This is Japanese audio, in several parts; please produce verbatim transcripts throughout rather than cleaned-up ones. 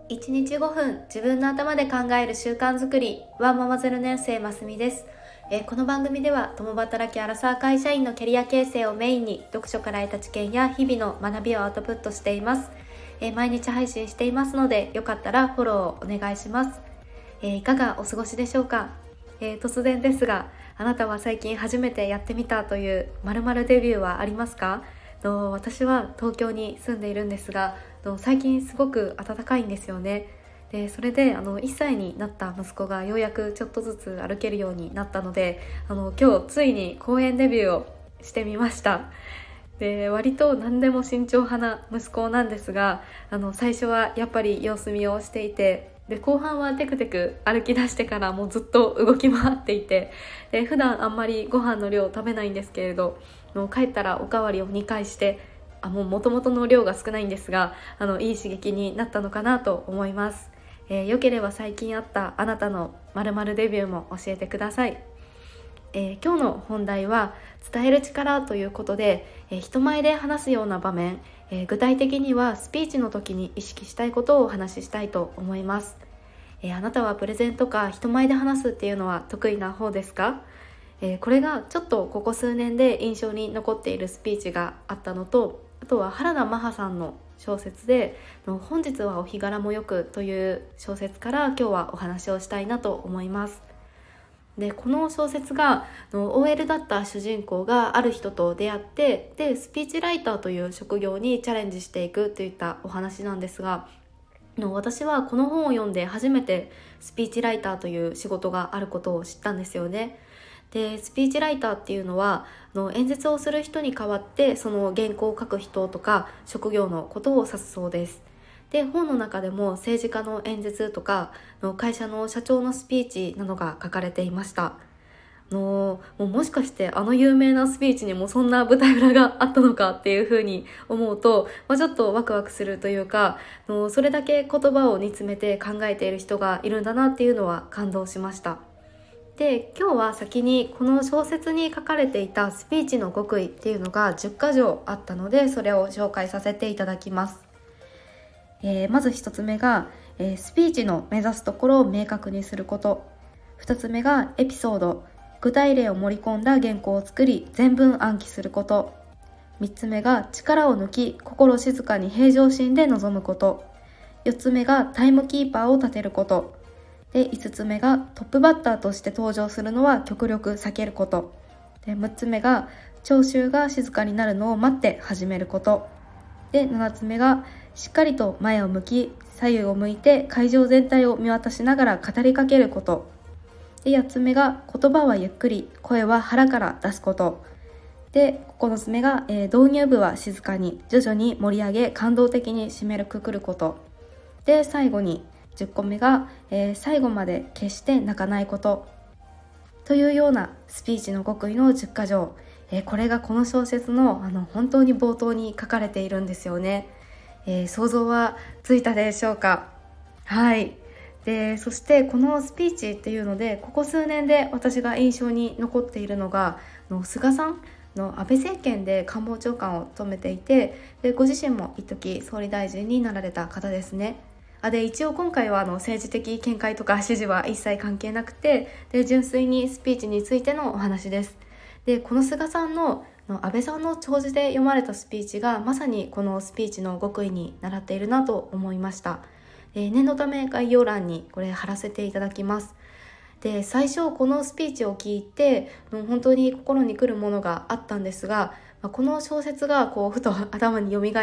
いちにちごふん自分の頭で考える習慣づくりワンママゼロねん生ますみです。えーこの番組では共働きアラサー会社員のキャリア形成をメインに読書から得た知見や日々の学びをアウトプットしています。えー毎日配信していますのでよかったらフォローをお願いします。えーいかがお過ごしでしょうか。えー突然ですが、あなたは最近初めてやってみたという〇〇デビューはありますか？と私は東京に住んでいるんですが、と最近すごく暖かいんですよね。でそれであのいっさいになった息子がようやくちょっとずつ歩けるようになったので、あの今日ついに公園デビューをしてみました。で割と何でも慎重派な息子なんですが、あの最初はやっぱり様子見をしていて、で後半はテクテク歩き出してからもうずっと動き回っていて、で普段あんまりご飯の量を食べないんですけれど、もう帰ったらおかわりをにかいして、あもう元々の量が少ないんですが、あのいい刺激になったのかなと思います。えー、よければ最近あったあなたの〇〇デビューも教えてください。えー今日の本題は伝える力ということで、えー人前で話すような場面、えー具体的にはスピーチの時に意識したいことをお話ししたいと思います。えーあなたはプレゼンとか人前で話すっていうのは得意な方ですか？えーこれがちょっとここ数年で印象に残っているスピーチがあったのと、あとは原田マハさんの小説での本日はお日柄もよくという小説から今日はお話をしたいなと思います。でこの小説がの オーエル だった主人公がある人と出会って、でスピーチライターという職業にチャレンジしていくといったお話なんですが、の私はこの本を読んで初めてスピーチライターという仕事があることを知ったんですよね。でスピーチライターっていうのはあの演説をする人に代わってその原稿を書く人とか職業のことを指すそうです。で本の中でも政治家の演説とかの会社の社長のスピーチなどが書かれていました。あのもうもしかしてあの有名なスピーチにもそんな舞台裏があったのかっていうふうに思うと、まあ、ちょっとワクワクするというか、あのそれだけ言葉を煮詰めて考えている人がいるんだなっていうのは感動しました。で今日は先にこの小説に書かれていたスピーチの極意っていうのがじゅっかじょうあったので、それを紹介させていただきます。えーまずひとつめが、えースピーチの目指すところを明確にすること。ふたつめがエピソード、具体例を盛り込んだ原稿を作り全文暗記すること。みっつめが力を抜き心静かに平常心で臨むこと。よっつめがタイムキーパーを立てること。でいつつめがトップバッターとして登場するのは極力避けること。でむっつめが聴衆が静かになるのを待って始めること。でななつめがしっかりと前を向き左右を向いて会場全体を見渡しながら語りかけること。でやっつめが言葉はゆっくり声は腹から出すこと。でここのつめが、えー導入部は静かに徐々に盛り上げ感動的に締めるくくること。で最後にじゅっこめが、えー最後まで決して泣かないことというようなスピーチの極意のじゅっかじょう、えーこれがこの小説の、あの本当に冒頭に書かれているんですよね。えー想像はついたでしょうか？はい。でそしてこのスピーチっていうのでここ数年で私が印象に残っているのが、あの菅さんの安倍政権で官房長官を務めていて、でご自身も一時総理大臣になられた方ですね。あで一応今回はあの政治的見解とか指示は一切関係なくて、で純粋にスピーチについてのお話です。でこの菅さんのあの安倍さんの弔辞で読まれたスピーチがまさにこのスピーチの極意に倣っているなと思いました。で念のため概要欄にこれ貼らせていただきます。で最初このスピーチを聞いてもう本当に心にくるものがあったんですが、まあこの小説がこうふと頭に蘇って、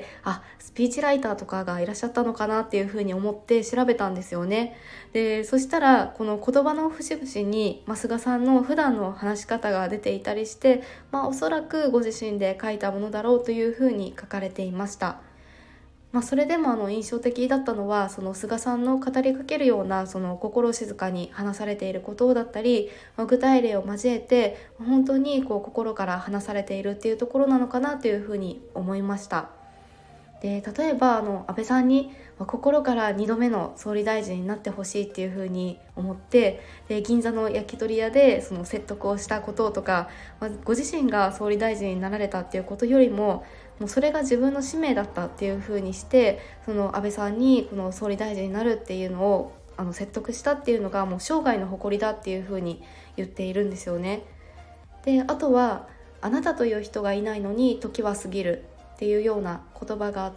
あスピーチライターとかがいらっしゃったのかなっていうふうに思って調べたんですよね。でそしたらこの言葉の節々に、まあ、菅さんの普段の話し方が出ていたりして、まあ、おそらくご自身で書いたものだろうというふうに書かれていました。まあ、それでもあの印象的だったのはその菅さんの語りかけるようなその心静かに話されていることだったり、まあ、具体例を交えて本当にこう心から話されているっていうところなのかなというふうに思いました。 で例えばあの安倍さんに心からにどめの総理大臣になってほしいっていうふうに思って、で銀座の焼き鳥屋でその説得をしたこととか、まあ、ご自身が総理大臣になられたっていうことよりももうそれが自分の使命だったっていうふうにして、その安倍さんにこの総理大臣になるっていうのをあの説得したっていうのがもう生涯の誇りだっていうふうに言っているんですよね。であとはあなたという人がいないのに時は過ぎるっていうような言葉があって、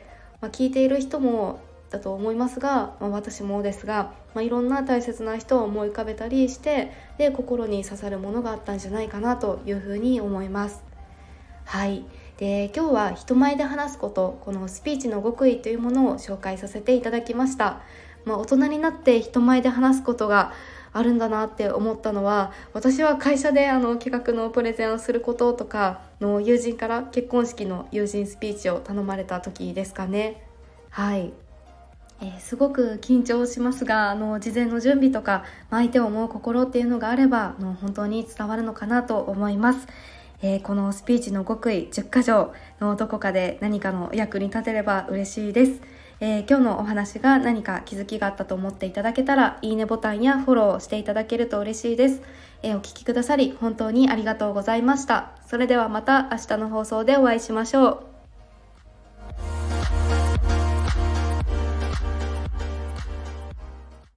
まあ、聞いている人もだと思いますが、まあ、私もですが、まあ、いろんな大切な人を思い浮かべたりして、で心に刺さるものがあったんじゃないかなというふうに思います。はい。で今日は人前で話すこと、このスピーチの極意というものを紹介させていただきました。まあ、大人になって人前で話すことがあるんだなって思ったのは、私は会社であの企画のプレゼンをすることとかの友人から結婚式の友人スピーチを頼まれた時ですかね。はい、えー、すごく緊張しますが、あの事前の準備とか相手を思う心っていうのがあればあの本当に伝わるのかなと思います。えー、このスピーチの極意じゅっかじょうのどこかで何かの役に立てれば嬉しいです。えー、今日のお話が何か気づきがあったと思っていただけたら、いいねボタンやフォローしていただけると嬉しいです。えー、お聞きくださり本当にありがとうございました。それではまた明日の放送でお会いしましょう。